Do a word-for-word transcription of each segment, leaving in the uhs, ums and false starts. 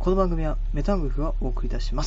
この番組はメタングフがお送りいたします。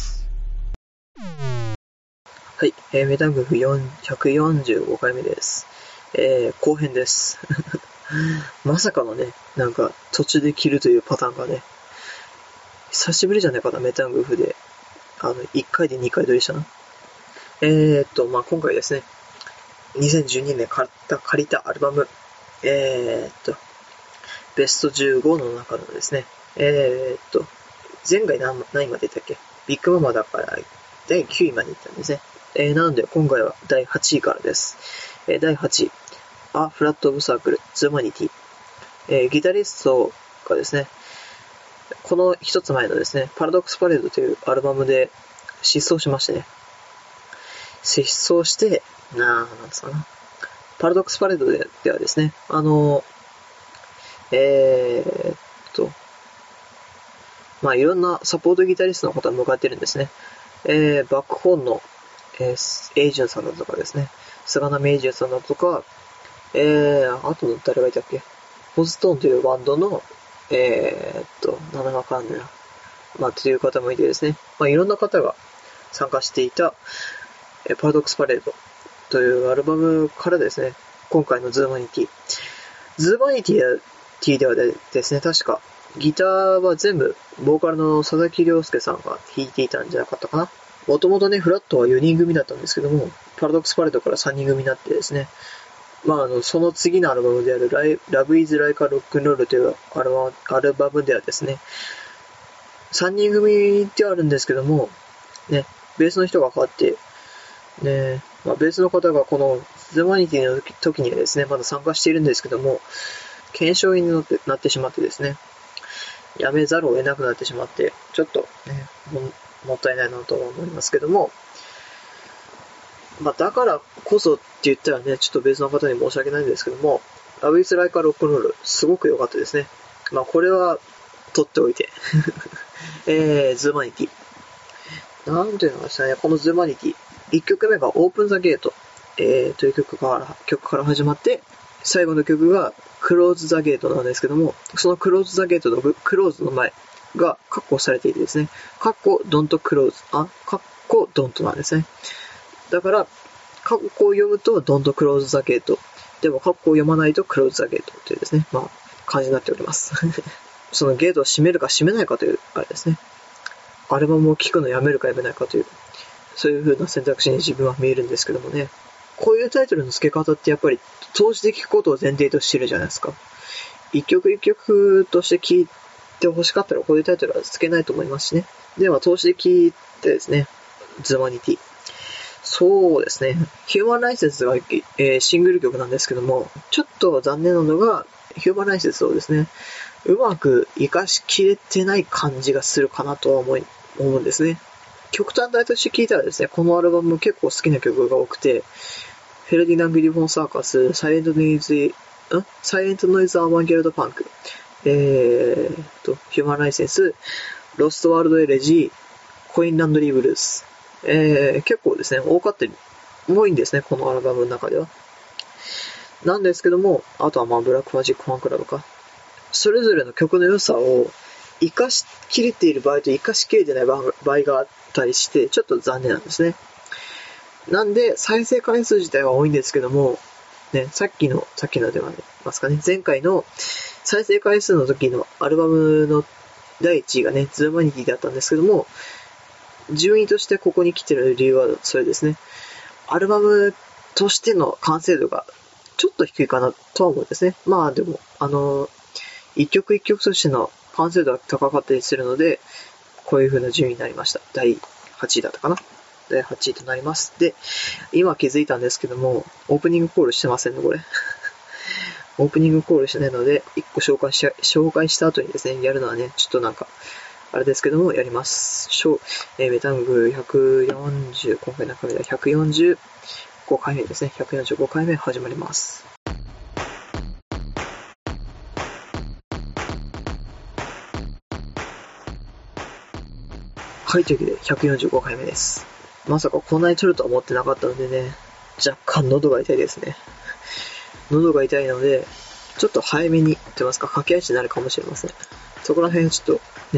はい、えー、メタングフひゃくよんじゅうごかいめです。えー、後編です。まさかのね、なんか途中で切るというパターンがね、久しぶりじゃないかな、メタングフで。あの、いっかいでにかい撮りしたの。えーっと、まあ今回ですね、にせんじゅうにねん買った、借りたアルバム、えーっと、ベストじゅうごの中のですね、えーっと、前回何, 何までいったっけ？ビッグママだからだいきゅういまでいったんですね。えー、なので今回はだいはちいからです。えー、だいはちい、A Flat of Circle, The Humanity。えー、ギタリストがですね、この一つ前のですね、パラドックスパレードというアルバムで失踪しましてね。失踪して、なー、なんですかな。パラドックスパレード で, ではですね、あの、えーっと、まあいろんなサポートギタリストの方が向かってるんですね。えー、バックホーンの、えー、エイジュンさんだとかですね、菅波エイジュンさんだとか、えー、あとの誰がいたっけ、ホズトーンというバンドの、えー、っと、名前わかんないな。まあ、という方もいてですね、まあいろんな方が参加していた、えー、パラドックスパレードというアルバムからですね、今回のズーマニティ。ズーマニティではですね、確か、ギターは全部、ボーカルの佐々木亮介さんが弾いていたんじゃなかったかな。もともとね、フラットはよにん組だったんですけども、パラドックスパレードからさんにん組になってですね、まあ、あの、その次のアルバムである、Love is Like a Rock'n'Roll というアルバアルバムではですね、さんにん組ではあるんですけども、ね、ベースの人が変わって、ね、まあ、ベースの方がこのズーマニティの時にはですね、まだ参加しているんですけども、検証員になって、なってしまってですね、やめざるを得なくなってしまって、ちょっとね、も、もったいないなとは思いますけども、まあだからこそって言ったらね、ちょっとベースの方に申し訳ないんですけども、Love is Like a Rock'n'Roll すごく良かったですね。まあこれは取っておいて。えー、ズーマニティ。なんていうのかですね、このズーマニティ。いっきょくめが Open the Gate、えー、という曲から、曲から始まって、最後の曲が Close the Gate なんですけども、その Close the Gate の Close の前がカッコされていてですね、カッコ Don't Close、あ、カッコ Don't なんですね。だから、カッコを読むと Don't Close the Gate。でもカッコを読まないと Close the Gate というですね、まあ、感じになっております。そのゲートを閉めるか閉めないかという、あれですね。アルバムを聴くのやめるかやめないかという、そういう風な選択肢に自分は見えるんですけどもね。こういうタイトルの付け方ってやっぱり通して聴くことを前提としてるじゃないですか。一曲一曲として聴いて欲しかったらこういうタイトルは付けないと思いますしね。では通して聴いてですね、ズーマニティ。そうですね。ヒューマンライセンスが、えー、シングル曲なんですけども、ちょっと残念なのが、ヒューマンライセンスをですね、うまく活かしきれてない感じがするかなとは思い、思うんですね。曲単体として聴いたらですね、このアルバム結構好きな曲が多くて、フェルディナンド・リボン・サーカス、サイレント・ノイズ、んサイレント・ノイズ・アーバンギャルド・パンク、えーと、ヒューマンライセンス、ロスト・ワールド・エレジー、コイン・ランドリー・ブルース。えー、結構ですね、多かったり、多いんですね、このアルバムの中では。なんですけども、あとはまあ、ブラックマジックファンクラブか。それぞれの曲の良さを活かしきれている場合と活かしきれてない場合があったりして、ちょっと残念なんですね。なんで、再生回数自体は多いんですけども、ね、さっきの、さっきのではますかね、前回の再生回数の時のアルバムのだいいちいがね、ズーマニティだったんですけども、順位としてここに来てる理由はそれですね。アルバムとしての完成度がちょっと低いかなとは思うんですね。まあでも、あの、一曲一曲としての完成度が高かったりするので、こういう風な順位になりました。だいはちいだったかな。だいはちいとなります。で、今気づいたんですけども、オープニングコールしてませんね、これ。オープニングコールしてないので、一個紹介し、紹介した後にですね、やるのはね、ちょっとなんか、あれですけども、やります。えー、メタングひゃくよんじゅう、今回の中身ではひゃくよんじゅうごかいめですね。ひゃくよんじゅうごかいめ始まります。はい、というわけでひゃくよんじゅうごかいめです。まさかこんなに撮るとは思ってなかったのでね、若干喉が痛いですね。喉が痛いので、ちょっと早めに、と言いますか、駆け足になるかもしれません。そこら辺ちょっとね、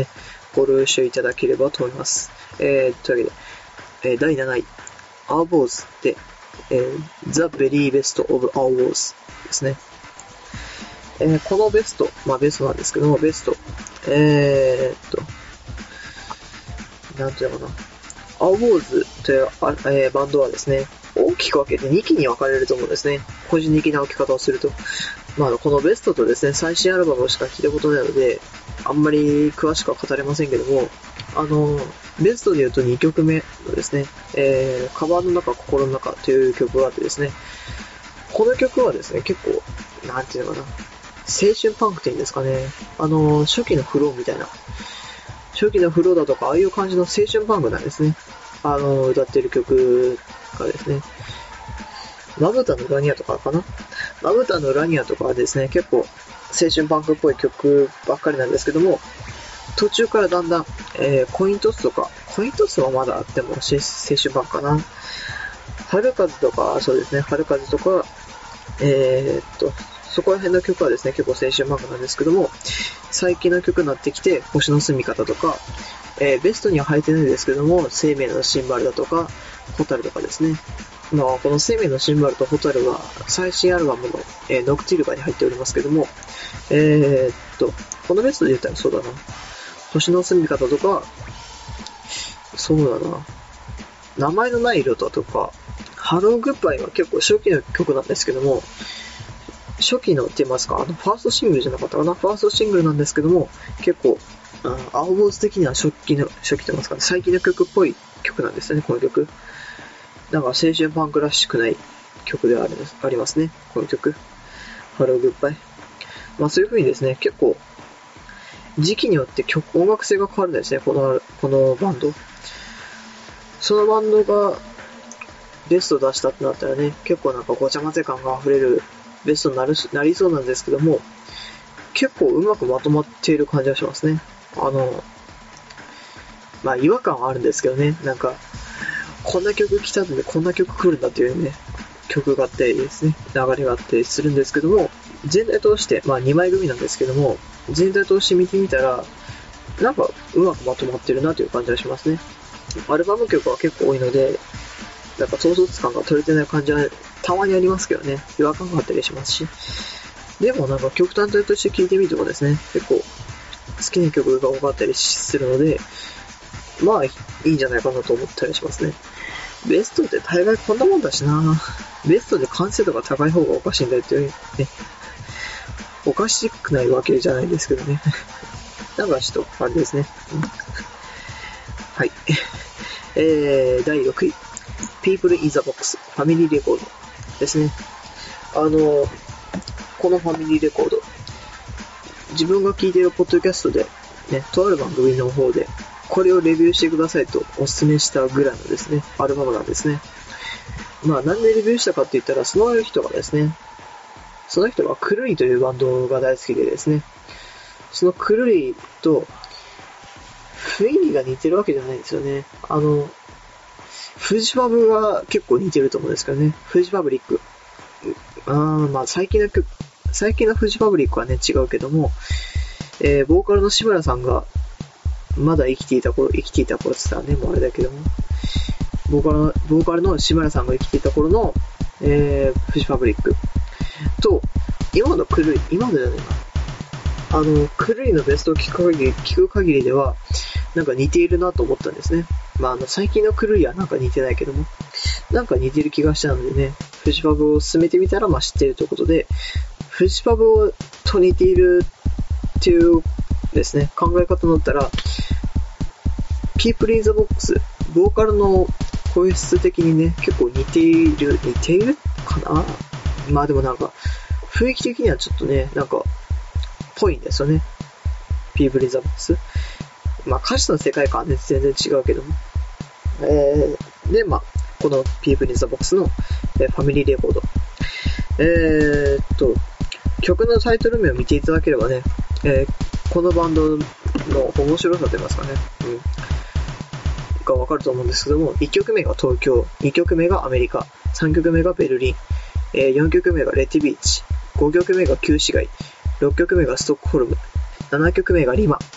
ご了承いただければと思います。えー、というわけで、えー、だいなない、Our Wars で、えー、The Very Best of Our Wars ですね。えー、このベスト、まあベストなんですけども、ベスト、えー、っと、なんていうのかな、Our Wars という、えー、バンドはですね、大きく分けてにきに分かれると思うんですね。個人的な分け方をすると。まあ、このベストとですね、最新アルバムしか聞いたことないので、あんまり詳しくは語れませんけども、あの、ベストで言うとにきょくめのですね、えー、カバーの中、心の中という曲があってですね、この曲はですね、結構、なんていうのかな、青春パンクっていうんですかね、あの、初期のフローみたいな、初期のフローだとか、ああいう感じの青春パンクなんですね。あの、歌ってる曲がですね、まぶたのラニアとかかなまぶたのラニアとかはですね、結構青春パンクっぽい曲ばっかりなんですけども、途中からだんだん、えー、コイントスとか、コイントスはまだあっても青春パンクかな。春風とか、そうですね、春風とか、えー、っと、そこら辺の曲はですね、結構青春パンクなんですけども、最近の曲になってきて、星の住み方とか、えー、ベストには入ってないですけども、生命のシンバルだとか、ホタルとかですね。まあ、この生命のシンバルとホタルは最新アルバムの、えー、ノクティルバに入っておりますけども、えー、っと、このベストで言ったらそうだな。星の住み方とか、そうだな。名前のない色だとか、ハローグッバイは結構初期の曲なんですけども、初期のって言いますか、あの、ファーストシングルじゃなかったかな。ファーストシングルなんですけども、結構、青坊主的には初期の、初期と言いますかね、最近の曲っぽい曲なんですよね、この曲。なんか青春パンクらしくない曲ではありますね、この曲。ハローグッバイ。まあそういう風にですね、結構、時期によって曲、音楽性が変わるんですね、この、このバンド。そのバンドがベスト出したってなったらね、結構なんかごちゃ混ぜ感が溢れるベストになるし、なりそうなんですけども、結構うまくまとまっている感じがしますね。あの、まあ違和感はあるんですけどね、なんか、こんな曲来たんでこんな曲来るんだっていうね、曲があってですね、流れがあってするんですけども、全体通して、まあにまい組なんですけども、全体通して見てみたら、なんかうまくまとまってるなという感じがしますね。アルバム曲は結構多いので、なんか統率感が取れてない感じはたまにありますけどね、違和感があったりしますし、でもなんか曲単体として聴いてみてもですね、結構好きな曲が多かったりするので、まあいいんじゃないかなと思ったりしますね。ベストって大概こんなもんだしな。ベストで完成度が高い方がおかしいんだよっていうね。おかしくないわけじゃないですけどね。なんかちょっとあれですね。はい。えー、だいろくい。People in the Box ファミリーレコードですね。あの、このファミリーレコード、自分が聞いているポッドキャストで、ね、とある番組の方で、これをレビューしてくださいとお勧めしたぐらいのですね、アルバムなんですね。まあなんでレビューしたかって言ったら、その人がですね、その人がクルリというバンドが大好きでですね、そのクルリと雰囲気が似てるわけじゃないんですよね。あの、フジファブが結構似てると思うんですけどね、フジファブリック。あーまあ最近の曲、最近のフジファブリックはね違うけども、えー、ボーカルの志村さんがまだ生きていた頃、生きていた頃って言ったらね、もうあれだけども、ボーカルの、ボーカルの志村さんが生きていた頃の、えー、フジファブリックと、今のクルリ、今のじゃないか、あの、クルリのベストを聞く限り、聞く限りでは、なんか似ているなと思ったんですね。まあ、あの、最近のクルリはなんか似てないけども、なんか似てる気がしたのでね、フジファブを進めてみたら、まあ知っているということで、フジファブと似ているっていうですね、考え方になったら、People in the Box、ボーカルの声質的にね、結構似ている、似ているかな？まあでもなんか、雰囲気的にはちょっとね、なんか、ぽいんですよね。People in the Box。まあ歌詞の世界観はね、全然違うけども。えー、で、まあ、この People in the Box の、えー、ファミリーレコード。えーっと、曲のタイトル名を見ていただければね、えー、このバンドの面白さと言いますかね、うん、がわかると思うんですけども、いっきょくめが東京、にきょくめがアメリカ、さんきょくめがベルリン、えー、よんきょくめがレティビーチ、ごきょくめが旧市街、ろっきょくめがストックホルム、ななきょくめがリマ、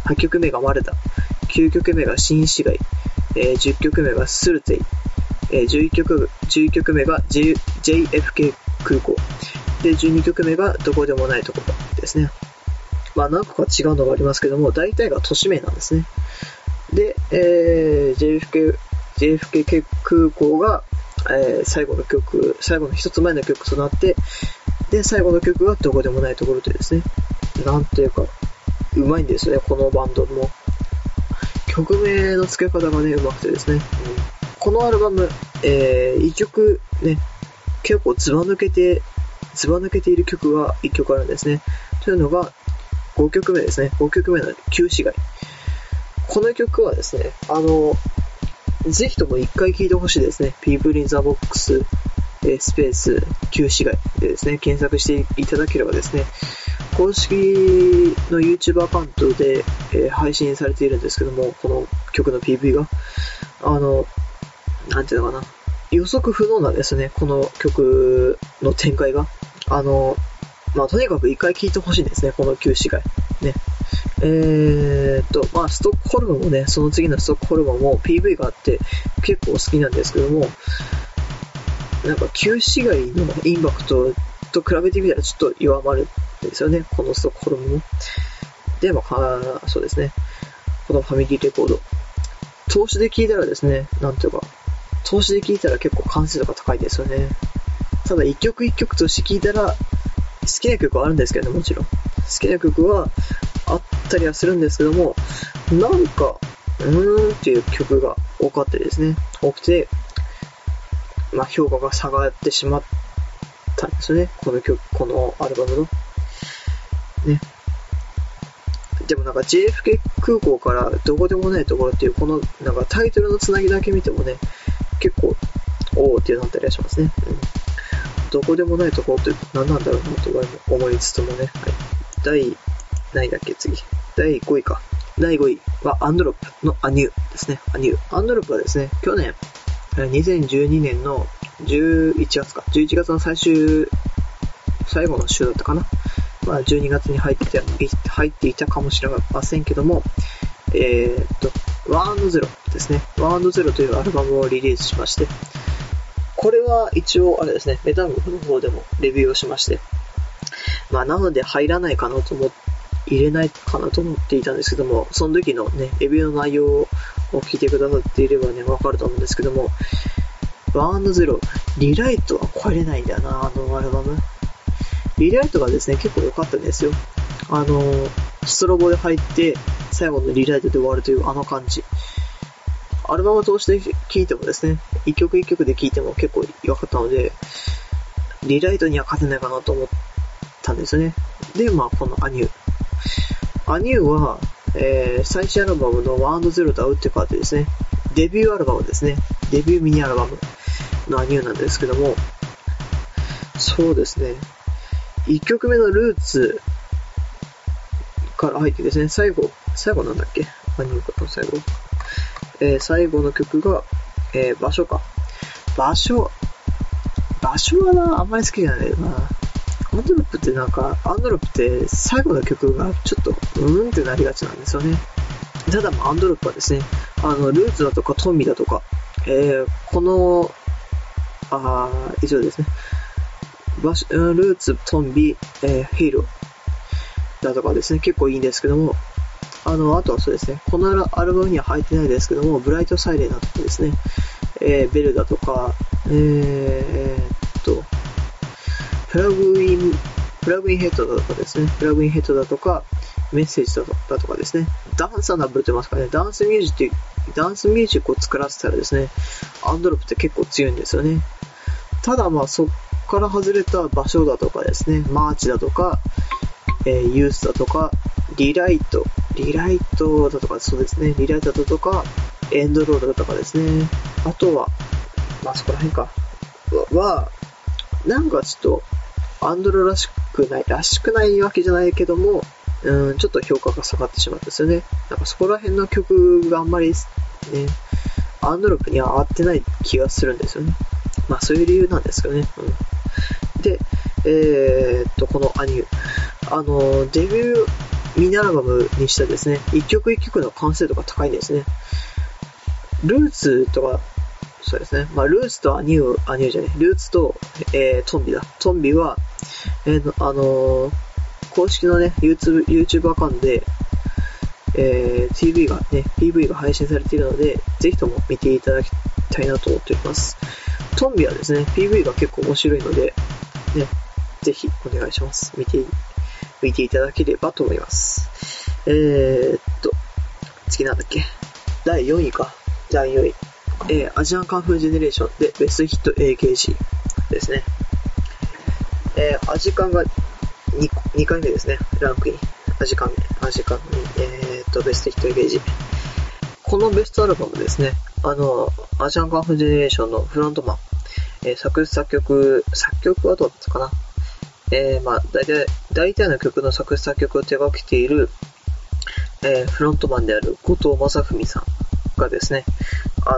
はちきょくめがマルタ、きゅうきょくめが新市街、えー、じゅっきょくめがスルツェイ、えー、じゅういっきょく、じゅういっきょくめが J、ジェイエフケー 空港で、じゅうにきょくめがどこでもないところですね。まあ何個か違うのがありますけども、大体が都市名なんですね。で、えー、ジェイエフケー、ジェイエフケー 空港が、えー、最後の曲、最後の一つ前の曲となって、で、最後の曲がどこでもないところでですね、なんていうか、うまいんですよね、このバンドも。曲名の付け方がね、うまくてですね。うん、このアルバム、えー、いっきょくね、結構ずば抜けて、ずば抜けている曲がいっきょくあるんですね。というのが、ごきょくめですね。ごきょくめの旧市街。この曲はですね、あの、ぜひとも一回聴いてほしいですね。People in the Box、えー、スペース旧市街でですね、検索していただければですね、公式の YouTube アカウントで、えー、配信されているんですけども、この曲の ピーブイ が、あの、なんていうのかな、予測不能なんですね、この曲の展開が。あの、まあ、とにかく一回聴いてほしいんですね、この旧市街。ね。えーっと、まあ、ストックホルムもね、その次のストックホルムも ピーブイ があって結構好きなんですけども、なんか旧市街のインパクトと比べてみたらちょっと弱まるんですよね、このストックホルムも。で、まあ、そうですね、このファミリーレコード。投資で聴いたらですね、なんていうか、投資で聴いたら結構完成度が高いですよね。ただ一曲一曲として聴いたら、好きな曲はあるんですけどね、もちろん。好きな曲はあったりはするんですけども、なんか、うーんっていう曲が多かったですね。多くて、まあ評価が下がってしまったんですよね。この曲、このアルバムの。ね。でもなんか ジェイエフケー 空港からどこでもないところっていうこのなんかタイトルのつなぎだけ見てもね、結構、おーってなったりはしますね。うん、どこでもないところって何なんだろうなと思いつつもね。はい。第、何だっけ次。だいごいか。だいごいはアンドロップのアニューですね。アニュー。アンドロップはですね、去年、にせんじゅうにねんのじゅういちがつか。じゅういちがつの最終、最後の週だったかな。まあじゅうにがつに入って、入っていたかもしれませんけども、えー、っと、ワンアンドゼロですね。ワンアンドゼロというアルバムをリリースしまして、これは一応あれですね、メタングの方でもレビューをしまして、まあなので入らないかなと思って、入れないかなと思っていたんですけども、その時のね、レビューの内容を聞いてくださっていればね、わかると思うんですけども、ワンアンドゼロ、リライトは超えれないんだよな、あのアルバム。リライトがですね、結構良かったんですよ。あの、ストロボで入って、最後のリライトで終わるというあの感じ。アルバムを通して聴いてもですね、一曲一曲で聴いても結構良かったので、リライトには勝てないかなと思ったんですよね。で、まあこのアニュー。アニューは、えー、最新アルバムのワンアンドゼロとは打って変わってですね、デビューアルバムですね。デビューミニアルバムのアニューなんですけども、そうですね、いっきょくめのルーツから入ってですね、最後、最後なんだっけアニューかの最後。えー、最後の曲が、えー、場所か。場所、場所はな、あんまり好きじゃないよな。アンドロップってなんか、アンドロップって最後の曲がちょっと、うーんってなりがちなんですよね。ただまあ、アンドロップはですね、あの、ルーツだとかトミだとか、えー、この、あー、以上ですね。場所、ルーツ、トンビ、えー、ヒーローだとかですね、結構いいんですけども、あの、あとはそうですね、このアルバムには入ってないですけども、ブライトサイレンだとかですね、えー、ベルだとか、えー、っと、プラグイン、プラグインヘッドだとかですね、プラグインヘッドだとか、メッセージだとか、だとかですね、ダンスはダブルってますからね、ダンスミュージック、ダンスミュージックを作らせたらですね、アンドロップって結構強いんですよね。ただまあ、そっから外れた場所だとかですね、マーチだとか、えー、ユースだとか、リライト、リライトだとか、そうですね、リライトだとか、エンドロールだとかですね、あとは、まあそこら辺か、は、なんかちょっと、アンドロらしくない、らしくないわけじゃないけども、うん、ちょっと評価が下がってしまったんですよね。なんかそこら辺の曲があんまりね、アンドロップには合ってない気がするんですよね。まあそういう理由なんですけどね。うん、で、えー、っと、このアニュー。あの、デビューミニアルバムにしたですね、一曲一曲の完成度が高いんですね。ルーツとか、そうですね。まあ、ルーツとアニュー、アニューじゃねルーツと、えー、トンビだ。トンビは、えー、あのー、公式のね、YouTube、YouTube アカウントで、えー、ティーブイ がね、ピーブイ が配信されているので、ぜひとも見ていただきたいなと思っております。トンビはですね、ピーブイ が結構面白いので、ね、ぜひお願いします。見て、見ていただければと思います。えーっと、次なんだっけ。だいよんいか。だいよんい。えー、アジアンカンフージェネレーションでベストヒット エーケージー ですね。えー、アジカンが 2, にかいめですね。ランクイン。アジカン、アジカンに、えーっと、ベストヒット エーケージー。このベストアルバムですね。あの、アジアンカンフージェネレーションのフロントマン、えー、作詞作曲、作曲はどうだったかな。えー、まあ、大体、大体の曲の作詞作曲を手掛けている、えー、フロントマンである後藤正文さんがですね、あの、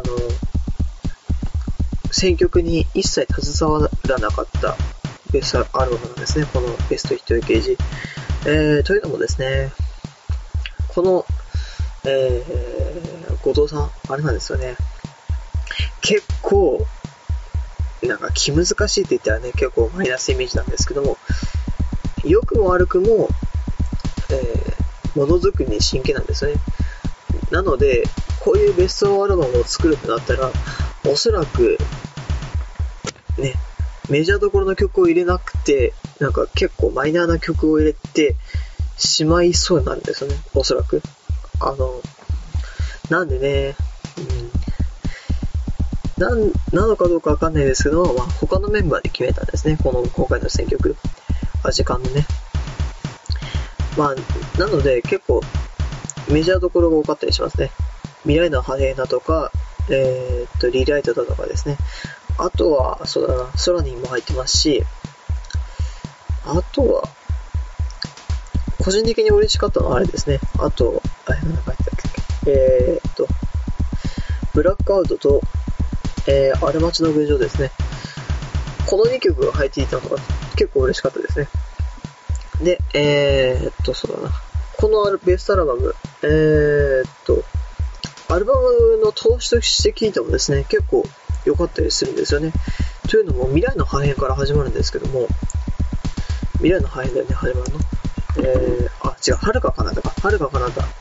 選曲に一切携わらなかったベストアルバムなんですね、このベストヒット エーケージー。えー、というのもですね、この、えー、後藤さん、あれなんですよね、結構、なんか気難しいって言ったらね、結構マイナスイメージなんですけども、良くも悪くも、えー、ものづくりに真剣なんですよね。なので、こういうベストアルバムを作るとなったら、おそらく、ね、メジャーどころの曲を入れなくて、なんか結構マイナーな曲を入れてしまいそうなんですよね、おそらく。あの、なんでね、うんなん、なのかどうかわかんないですけど、まあ、他のメンバーで決めたんですね。この今回の選曲。アジカンのね。まあ、なので結構メジャーどころが多かったりしますね。未来の派手なとか、えー、っと、リライトだとかですね。あとは、そうだな、ソラニンも入ってますし、あとは、個人的に嬉しかったのはあれですね。あと、あれ何か入ってたっけ。えー、っと、ブラックアウトと、えー、アルマチの群青ですね。このにきょくが入っていたのが結構嬉しかったですね。で、えー、っと、そうだな。このベストアルバム、えー、っと、アルバムの投資として聴いてもですね、結構良かったりするんですよね。というのも、未来の破片から始まるんですけども、未来の破片だよね、始まるの。えー、あ、違う、遥か彼方か。遥か彼方。だ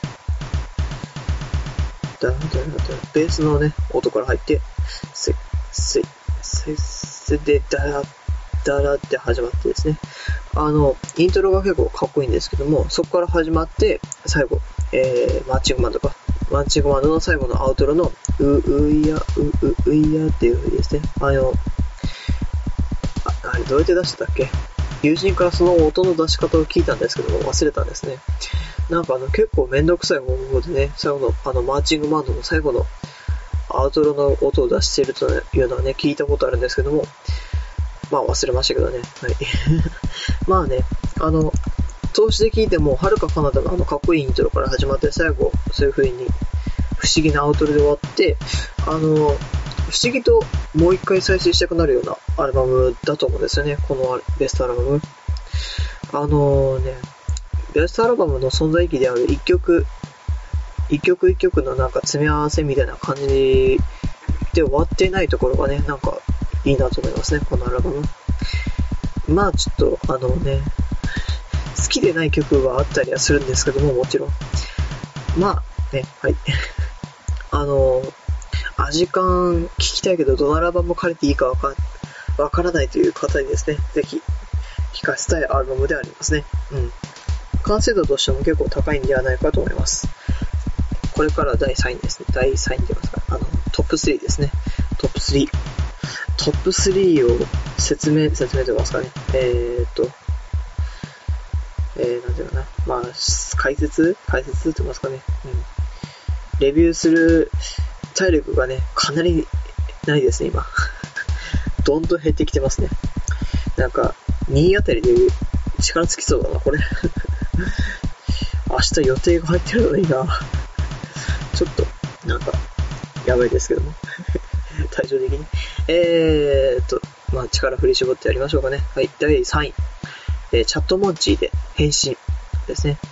だだだベースのね、音から入って、せ、せ、せ、せで、だら、だらって始まってですね。あの、イントロが結構かっこいいんですけども、そこから始まって、最後、えー、マーチングバンドか。マーチングバンドの最後のアウトロの、う、ういや、う、う、ういやっていう風にですね。あの、あ、あれどうやって出してたっけ？友人からその音の出し方を聞いたんですけども、忘れたんですね。なんかあの、結構めんどくさい方法でね、最後の、あの、マーチングバンドの最後のアウトロの音を出しているというのはね、聞いたことあるんですけども、まあ忘れましたけどね。はい。まあね、あの、投資で聞いても、遥か彼方のあのかっこいいイントロから始まって、最後、そういう風に不思議なアウトロで終わって、あの、不思議ともう一回再生したくなるようなアルバムだと思うんですよね。このベストアルバム。あのね、ベストアルバムの存在意義である一曲、一曲一曲のなんか詰め合わせみたいな感じで終わっていないところがね、なんかいいなと思いますね、このアルバム。まあちょっとあのね、好きでない曲はあったりはするんですけども、もちろん。まあね、はい。あの、アジカン聴きたいけどどのアルバムを借りていいかわか、わからないという方にですね、ぜひ聴かせたいアルバムでありますね。うん。完成度としても結構高いんではないかと思います。これからだいさんいですね。だいさんいって言いますか。あの、トップスリーですね。トップスリー。トップスリーを説明、説明と言いますかね。えーっと、えー、なんていうかな。まあ、解説解説と言いますかね。うん。レビューする体力がね、かなりないですね、今。どんどん減ってきてますね。なんか、にいあたりで力尽きそうだな、これ。明日予定が入ってるのにな。ちょっと、なんか、やばいですけども。対照的に。えーっと、まあ、力振り絞ってやりましょうかね。はい、だいさんい。えー、チャットモンチーで変身ですね。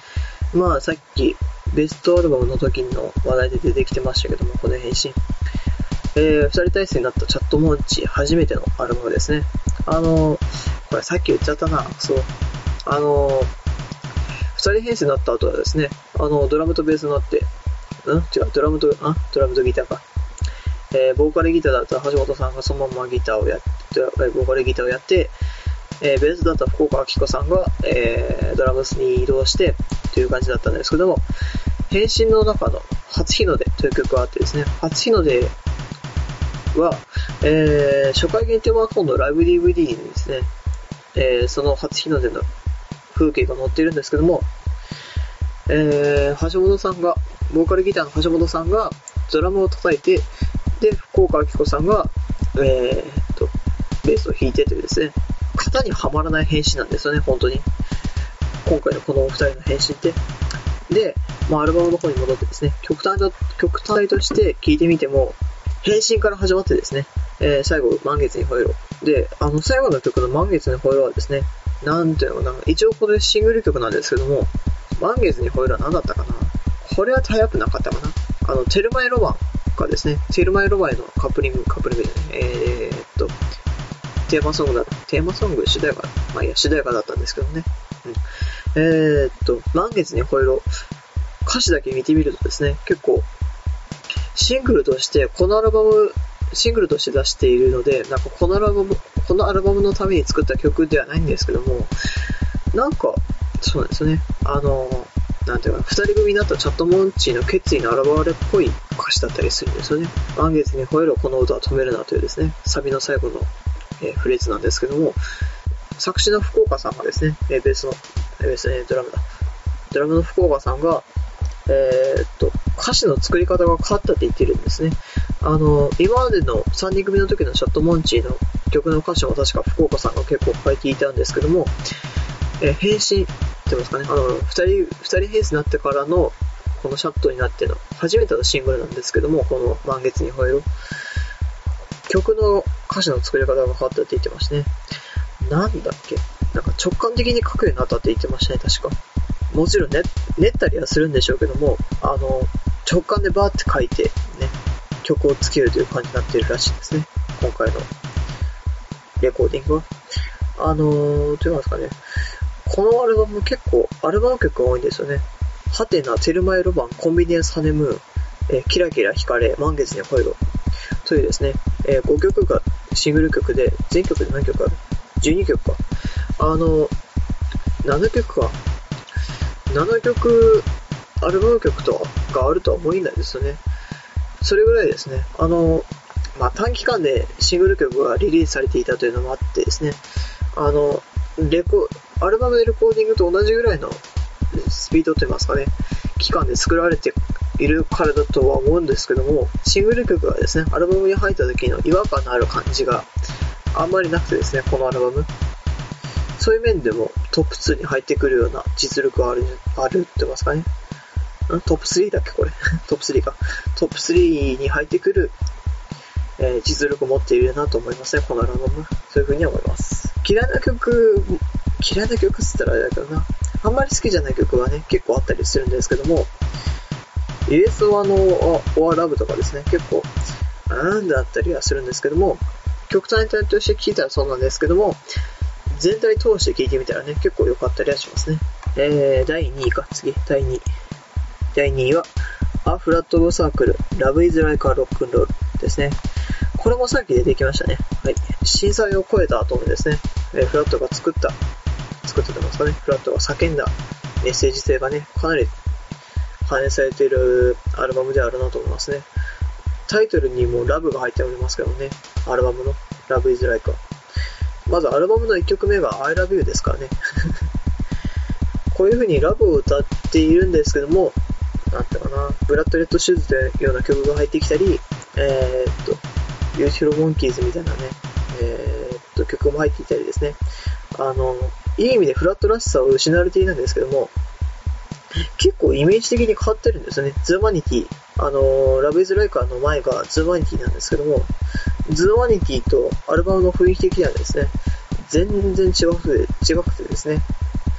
まあさっきベストアルバムの時の話題で出てきてましたけども、この返信。えー、二人体制になったチャットモンチ初めてのアルバムですね。あのー、これさっき言っちゃったな。そう。あのー、二人編成になった後はですね、あの、ドラムとベースになって、ん違う、ドラムと、あドラムとギターか。えー、ボーカルギターだった橋本さんがそのままギターをやって、ボーカルギターをやって、えー、ベースだった福岡明子さんが、えー、ドラムスに移動してという感じだったんですけども、変身の中の初日の出という曲があってですね、初日の出は、えー、初回限定ワンコンのライブ ディーブイディー にですね、えー、その初日の出の風景が載っているんですけども、えー、橋本さんが、ボーカルギターの橋本さんがドラムを叩いて、で、福岡明子さんが、えー、と、ベースを弾いてというですね、型にはまらない変身なんですよね、本当に。今回のこのお二人の変身って。で、まあ、アルバムの方に戻ってですね、曲単と、曲単として聴いてみても、変身から始まってですね、えー、最後、満月に吠えろ。で、あの、最後の曲の満月に吠えろはですね、なんていうのかな、一応これシングル曲なんですけども、満月に吠えろは何だったかな。これは早くなかったかな。あの、テルマエロマンがですね、テルマエロマンへのカップリング、カップリングじゃない、えーっと、テーマソングだ、テーマソング、主題歌、まあいや、主題歌だったんですけどね。うん、えーっと、満月に吠えろ、歌詞だけ見てみるとですね、結構、シングルとして、このアルバム、シングルとして出しているので、なんかこのアルバム、このアルバムのために作った曲ではないんですけども、なんか、そうなんですよね。あの、なんていうか、二人組になったチャットモンチーの決意の表れっぽい歌詞だったりするんですよね。満月に吠えろ、この歌は止めるなというですね、サビの最後の、えー、フレーズなんですけども、作詞の福岡さんがですね、えー、ベースの、えー、ベース、ね、ドラムだ。ドラムの福岡さんが、えー、っと、歌詞の作り方が変わったって言ってるんですね。あの、今までのさんにん組の時のチャットモンチーの曲の歌詞も確か福岡さんが結構書いていたんですけども、えー、変身って言いますかね、あの、二人、二人編成になってからの、このシャットになっての、初めてのシングルなんですけども、この満月に吠えろ。曲の歌詞の作り方が変わったって言ってましたね。なんだっけ、なんか直感的に書くようになったって言ってましたね、確か。もちろんね、練ったりはするんでしょうけども、あの、直感でバーって書いて、ね、曲をつけるという感じになっているらしいですね。今回のレコーディングは。あのー、と言いますかね、このアルバム結構、アルバム曲が多いんですよね。ハテナ、テルマエロマン、コンビニエンスハネムーン、えー、キラキラ光れ、満月に吠えろ。というですね、えー、ごきょくがシングル曲で、全曲で何曲ある ?じゅうに 曲か。あの、ななきょくか。ななきょくアルバム曲とがあるとは思えないですよね。それぐらいですね。あの、まあ、短期間でシングル曲がリリースされていたというのもあってですね、あの、レコ、アルバムでレコーディングと同じぐらいのスピードといいますかね、期間で作られているからだとは思うんですけども、シングル曲がですね、アルバムに入った時の違和感のある感じがあんまりなくてですね、このアルバム。そういう面でもトップツーに入ってくるような実力がある、あるって言いますかね。んトップスリーだっけこれ。トップスリーか。トップスリーに入ってくる、えー、実力を持っているなと思いますね、このアルバム。そういう風に思います。嫌いな曲、嫌いな曲っつったらあれだけどな。あんまり好きじゃない曲はね、結構あったりするんですけども、イエス・オア・ノー・オア・ラブとかですね、結構、なんだったりはするんですけども、曲単体として聴いたらそうなんですけども、全体通して聴いてみたらね、結構良かったりはしますね。えー、だいにいか、次、だいにい。だいにいは、A Flat of Circle, Love is Like a Rock and Roll ですね。これもさっき出てきましたね。はい。震災を超えた後にですね、えー、フラットが作った、作ってますかね、フラットが叫んだメッセージ性がね、かなり反映されているアルバムであるなと思いますね。タイトルにもラブが入っておりますけどね、アルバムの Love is Like a。まずアルバムのいっきょくめが I Love You ですからね。こういう風にラブを歌っているんですけども、なんていうかな、ブラッドレッドシューズというような曲が入ってきたり、えー、っと、Beautiful Monkeys みたいなね、えー、っと、曲も入っていたりですね。あの、いい意味でフラットらしさを失われているんですけども、結構イメージ的に変わってるんですよね。The Vanity、あの、Love is Like a の前が The Vanity なんですけども、The Vanity とアルバムの雰囲気的にはですね、全然違くて、違くてですね、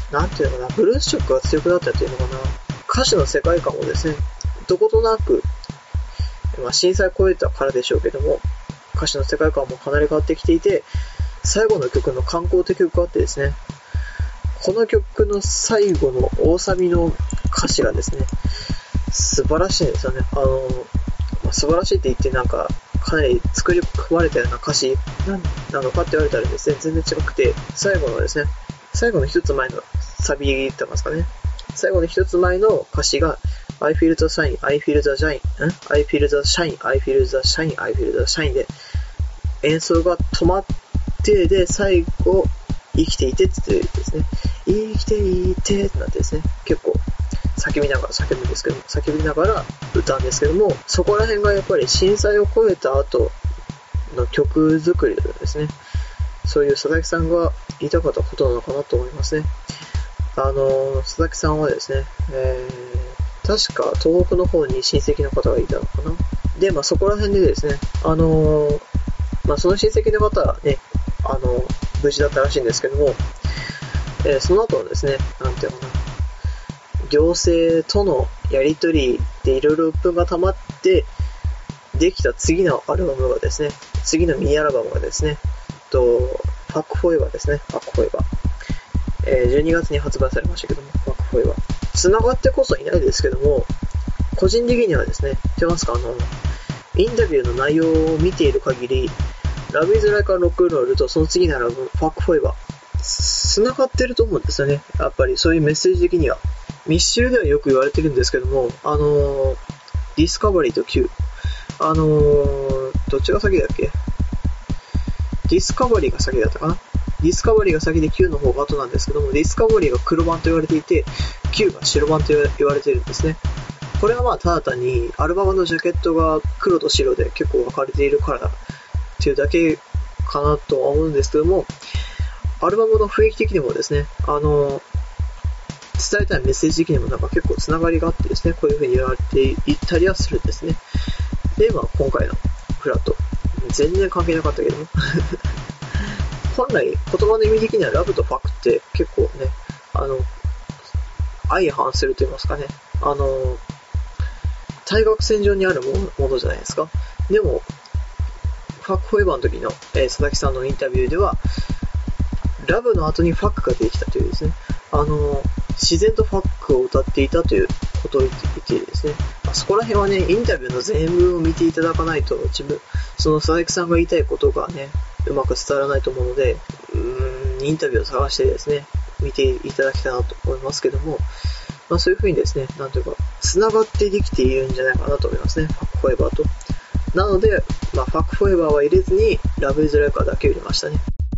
なんていうのかな、ブルース色が強くなったっていうのかな、歌詞の世界観をですね、どことなく、まあ、震災を超えたからでしょうけども、歌詞の世界観もかなり変わってきていて、最後の曲の観光って曲があってですね、この曲の最後の大サビの歌詞がですね、素晴らしいんですよね。あの、まあ、素晴らしいって言ってなんか、かなり作り込まれたような歌詞なのかって言われたらですね、全然違くて、最後のですね、最後の一つ前のサビってますかね。最後の一つ前の歌詞が、I feel the shine, I feel the shine, I feel the shine, I feel the shine, I feel the shine で、演奏が止まってで、最後、生きていてって言ってですね、生きていてってなってですね、結構叫びながら叫ぶんですけども、叫びながら歌うんですけども、そこら辺がやっぱり震災を超えた後の曲作りでですね、そういう佐々木さんが言いたかったことなのかなと思いますね。あの、佐々木さんはですね、えー、確か東北の方に親戚の方がいたのかな。で、まあそこら辺でですね、あの、まあその親戚の方はね、あの、無事だったらしいんですけども、えー、その後のですね、なんていうのかな、行政とのやりとりでいろいろ鬱憤が溜まってできた次のアルバムがですね、次のミニアルバムがですね、とファックフォーエバーですね、ファックフォーエバー、えー、じゅうにがつに発売されましたけども、ファックフォーエバー繋がってこそいないですけども、個人的にはですね、知ってますか、あのインタビューの内容を見ている限り、Love is Like a Rock'n'Roll とその次のアルバム、ファックフォーエバー、繋がってると思うんですよね。やっぱりそういうメッセージ的には。密集ではよく言われてるんですけども、あのー、ディスカバリーと Q。あのー、どっちが先だっけ？ディスカバリーが先だったかな？ディスカバリーが先で Q の方が後なんですけども、ディスカバリーが黒版と言われていて、Q が白版と言われているんですね。これはまあただ単にアルバムのジャケットが黒と白で結構分かれているからだっていうだけかなとは思うんですけども、アルバムの雰囲気的にもですね、あの伝えたいメッセージ的にもなんか結構つながりがあってですね、こういう風に言われていったりはするんですね。で、まあ今回のフラット、全然関係なかったけども本来言葉の意味的にはラブとファックって結構ね、あの相反すると言いますかね、あの対角線上にあるも の, ものじゃないですか。でもファックフォーエバーの時の、えー、佐々木さんのインタビューでは、ラブの後にファックが出てきたというですね、あの自然とファックを歌っていたということを言っていてですね、まあ、そこら辺はね、インタビューの全文を見ていただかないと、自分その佐々木さんが言いたいことがね、うまく伝わらないと思うので、うーんインタビューを探してですね、見ていただきたいなと思いますけども、まあ、そういう風にですね、なんというか繋がってできているんじゃないかなと思いますね、ファックフォーエバーと。なので、まあ、ファックフォーエバーは入れずにラブイズライカーだけ入れましたね。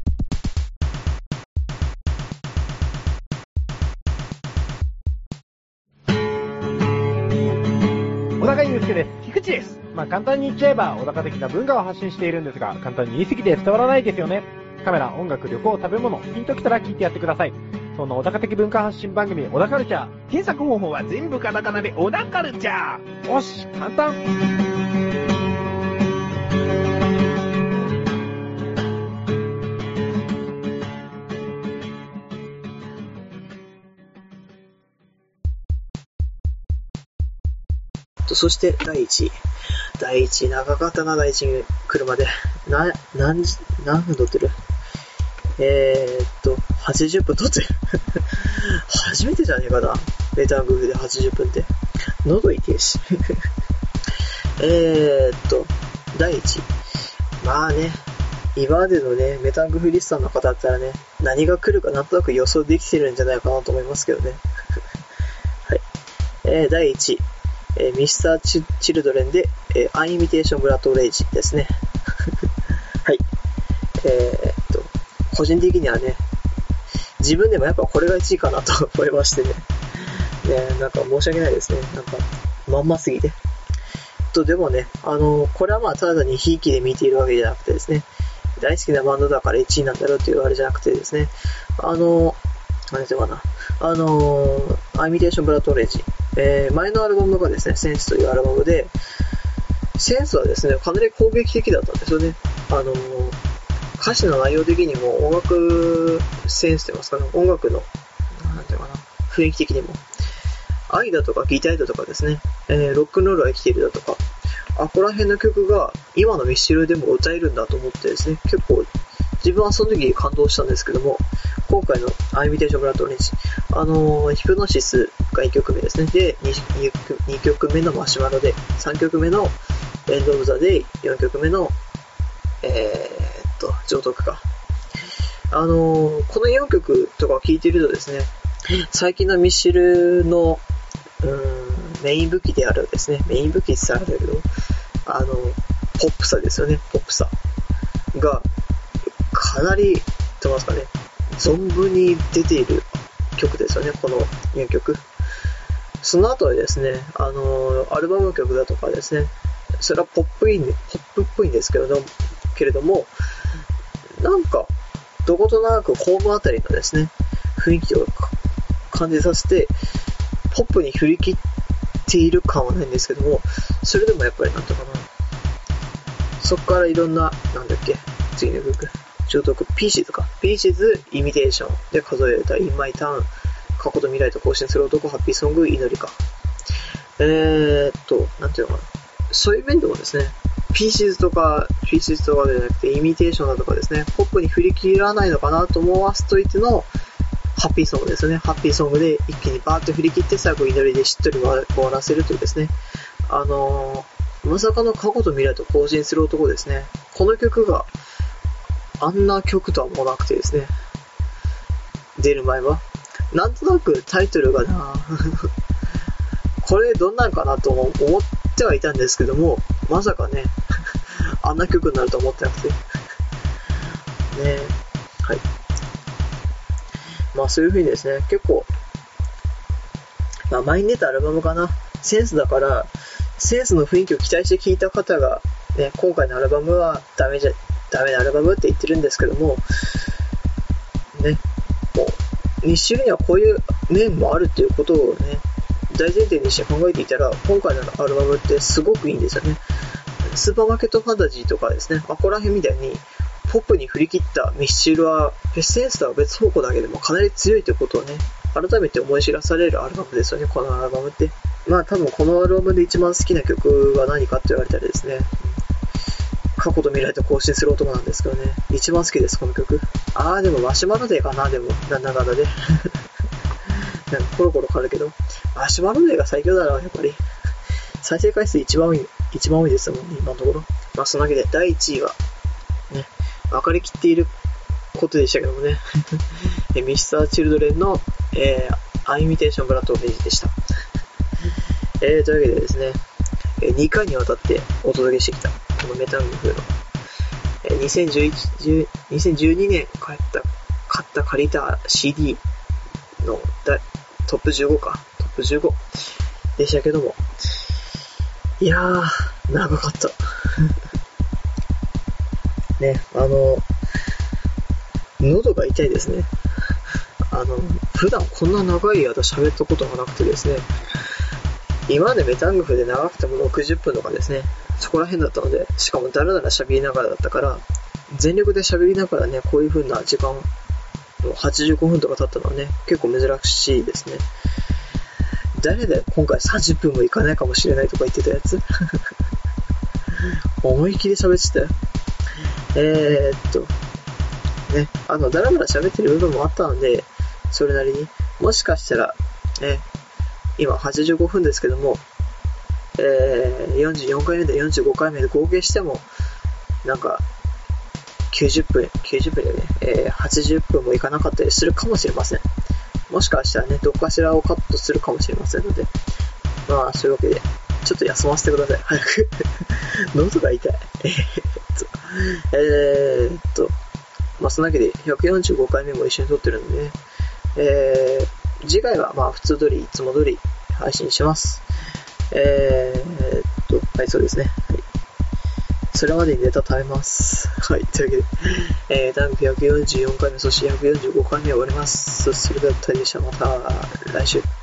小高祐介です。菊池です。まあ簡単に言っちゃえば小高的な文化を発信しているんですが、簡単に言い過ぎて伝わらないですよね。カメラ、音楽、旅行、食べ物、ピンときたら聞いてやってください。そんな小高的文化発信番組、小高カルチャー。検索方法は全部カタカナで小高カルチャー。よし、簡単。 そしてだいいちい。だいいちい長かったな、だいいちい車で。な、何時、何分撮ってる？えーっと、はちじゅっぷん撮ってる。初めてじゃねえかな。メタングフではちじゅっぷんって。喉痛いし。えーっと、だいいちい。まあね、今までのね、メタングフリスターの方だったらね、何が来るかなんとなく予想できてるんじゃないかなと思いますけどね。はい。えー、だいいちい。えー、ミスターチ・チルドレンで、えー、アンイミテーション・ブラッド・レイジですね。はい。えー、っと、個人的にはね、自分でもやっぱこれがいちいかなと思いましてね。ね、なんか申し訳ないですね。なんか、まんますぎて。と、でもね、あの、これはまあ、ただにひいきで見ているわけじゃなくてですね、大好きなバンドだからいちいなんだろうっていうあれじゃなくてですね、あの、何て言うかな、あの、アンイミテーション・ブラッド・レイジ。えー、前のアルバムがですね、センスというアルバムで、センスはですね、かなり攻撃的だったんですよね。あのー、歌詞の内容的にも音楽センスと言いますかね、音楽の、なんて雰囲気的にも。愛だとかギターだとかですね、えー、ロックンロールは生きているだとか、あこら辺の曲が今のミスチルでも歌えるんだと思ってですね、結構自分はその時感動したんですけども、今回のアイミテーションブラッドオレンジ、あのー、ヒプノシスがいっきょくめですね。で、にきょくめのマシュマロで、さんきょくめのエンドオブザデイ、よんきょくめの、えー、っと、上徳か。あのー、このよんきょくとかを聴いているとですね、最近のミスチルの、うーん、メイン武器であるですね、メイン武器って言ったらあれだけど、あの、ポップさですよね、ポップさが、かなり、と言いますかね、存分に出ている曲ですよね、このよんきょく。その後はですね、あのー、アルバム曲だとかですね、それはポップイン、ポップっぽいんですけれども、けれどもなんか、どことなくホームあたりのですね、雰囲気を感じさせて、ポップに振り切っている感はないんですけども、それでもやっぱりなんとかな、そこからいろんな、なんだっけ、次の曲、上徳、ピーシーズか。ピーシーズ、イミテーションで数えた In My Town、過去と未来と更新する男、ハッピーソング、祈りか。えーっと、なんていうのかな。そういう面でもですね、ピーシーズとか、ピーシーズとかではなくて、イミテーションだとかですね、ポップに振り切らないのかなと思わせといての、ハッピーソングですよね。ハッピーソングで一気にバーッと振り切って、最後祈りでしっとり終わらせるというですね、あのー、まさかの過去と未来と更新する男ですね。この曲が、あんな曲とは思わなくてですね、出る前はなんとなくタイトルがなこれどんなんかなと思ってはいたんですけども、まさかねあんな曲になると思ってなくてね。はい、まあそういう風にですね、結構まあ前に出たアルバムかな、センスだからセンスの雰囲気を期待して聴いた方がね、今回のアルバムはダメじゃダメなアルバムって言ってるんですけどもね、もうミスチルにはこういう面もあるっていうことをね、大前提にして考えていたら、今回のアルバムってすごくいいんですよね。スーパーマーケットファンタジーとかですね、あこら辺みたいにポップに振り切ったミスチルはエッセンスとは別方向だけでもかなり強いということをね、改めて思い知らされるアルバムですよね、このアルバムって。まあ多分このアルバムで一番好きな曲は何かって言われたらですね、過去と未来と更新する男なんですけどね、一番好きですこの曲。あーでもマシュマロデーかな、でもなんだかんだでなんかコロコロ変わるけど、マシュマロデーが最強だな、やっぱり再生回数一番多い一番多いですもんね、今のところ。まあそのわけでだいいちいはね、分かりきっていることでしたけどもねミスターチルドレンの、えー、アイミテーションブラッドオレンジでしたえーというわけでですね、にかいにわたってお届けしてきたこのメタングフの、えー、にせんじゅういち、にせんじゅうにねん買った買った借りた シーディー のトップじゅうごかトップじゅうごでしたけども、いやー長かったね、あの喉が痛いですね。あの普段こんな長い間喋ったことがなくてですね、今までメタングフで長くてもろくじゅっぷんとかですね、そこら辺だったので、しかもだらだら喋りながらだったから、全力で喋りながらね、こういう風な時間はちじゅうごふんとか経ったのはね、結構珍しいですね。誰だよ今回さんじゅっぷんもいかないかもしれないとか言ってたやつ思いっきり喋ってたよ。えーっとね、あのだらだら喋ってる部分もあったので、それなりにもしかしたらね、今はちじゅうごふんですけども、えー、よんじゅうよんかいめでよんじゅうごかいめで合計してもなんかきゅうじゅっぷんきゅうじゅっぷんでね、えー、はちじゅっぷんもいかなかったりするかもしれません。もしかしたらね、どっかしらをカットするかもしれませんので、まあそういうわけでちょっと休ませてください、早く喉が痛いえーっとえーっとまあそのわけでひゃくよんじゅうごかいめも一緒に撮ってるんでね、えー、次回はまあ普通通りいつも通り配信します。えーっとはい、そうですね、はい、それまでにネタ食べます。はい、というわけで、えー、ダンクひゃくよんじゅうよんかいめ、そしてひゃくよんじゅうごかいめ終わります。それでは、たりでした。また来週。